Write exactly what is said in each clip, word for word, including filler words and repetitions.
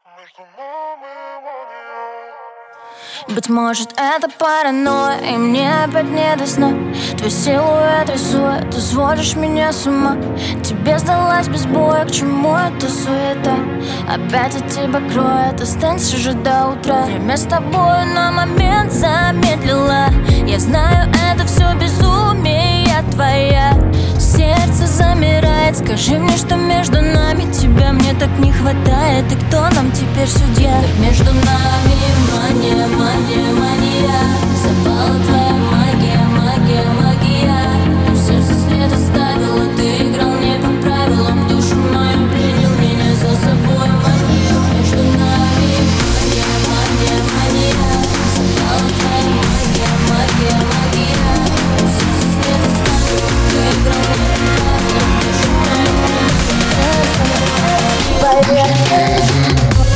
Между нами мания. Быть может, это паранойя, и мне опять не до сна. Твой силуэт рисует, ты сводишь меня с ума. Тебе сдалась без боя, к чему эта суета? Опять от тебя кроет, останься же до утра. Время с тобой на момент замедлила. Я знаю, это все безумие твоя. Сердце замирает, скажи мне, что между нами. Тебя мне так не хватает, и кто нам теперь судья? Между нами мания, мания, мания. Запала твоя магия, магия, магия. В сердце след оставила, ты играл не по правилам. Душу мою принял, меня за собой манил. Между нами мания, мания, мания. Запала твоя магия, магия, магия. В сердце след оставила, ты играл не по правилам. Душу мою принял, меня за собой манил.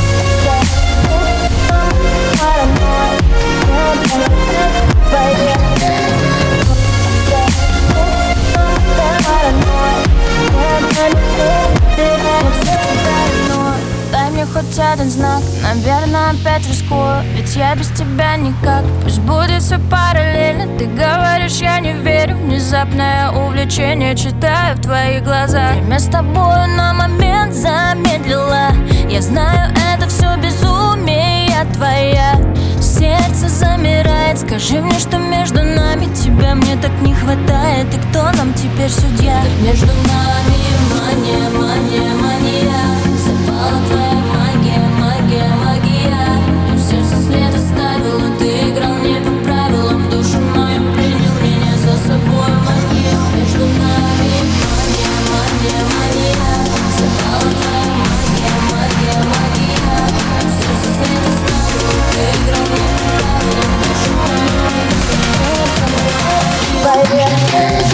Дай мне хоть один знак, наверное, опять рискую. Ведь я без тебя никак. Пусть будет все параллельно. Ты говоришь, я не верю. Внезапное увлечение читаю в твоих глазах. Время с тобой на момент замедлила. Я знаю, это все безумие твоя. Сердце замирает, скажи мне, что между нами. Тебя мне так не хватает, и кто нам теперь судья? Между нами мания, мания, мания. Запала твоя магия, магия, магия. И в сердце след оставила, ты играл не по правилам. Душу мою принял, меня за собой манил. Между нами мания, мания, мания. Запала твоя магия, магия, магия. И в сердце след оставила, ты играл не по правилам. Душу мою принял, меня за собой манил.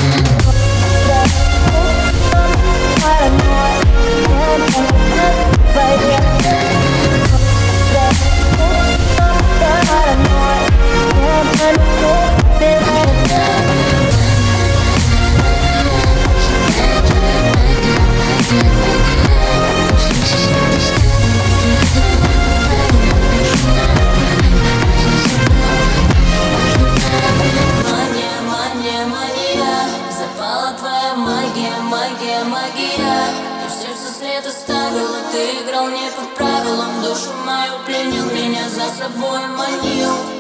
Магия, магия. И в сердце след оставила, ты играл не по правилам. Душу мою пленил, меня за собой манил.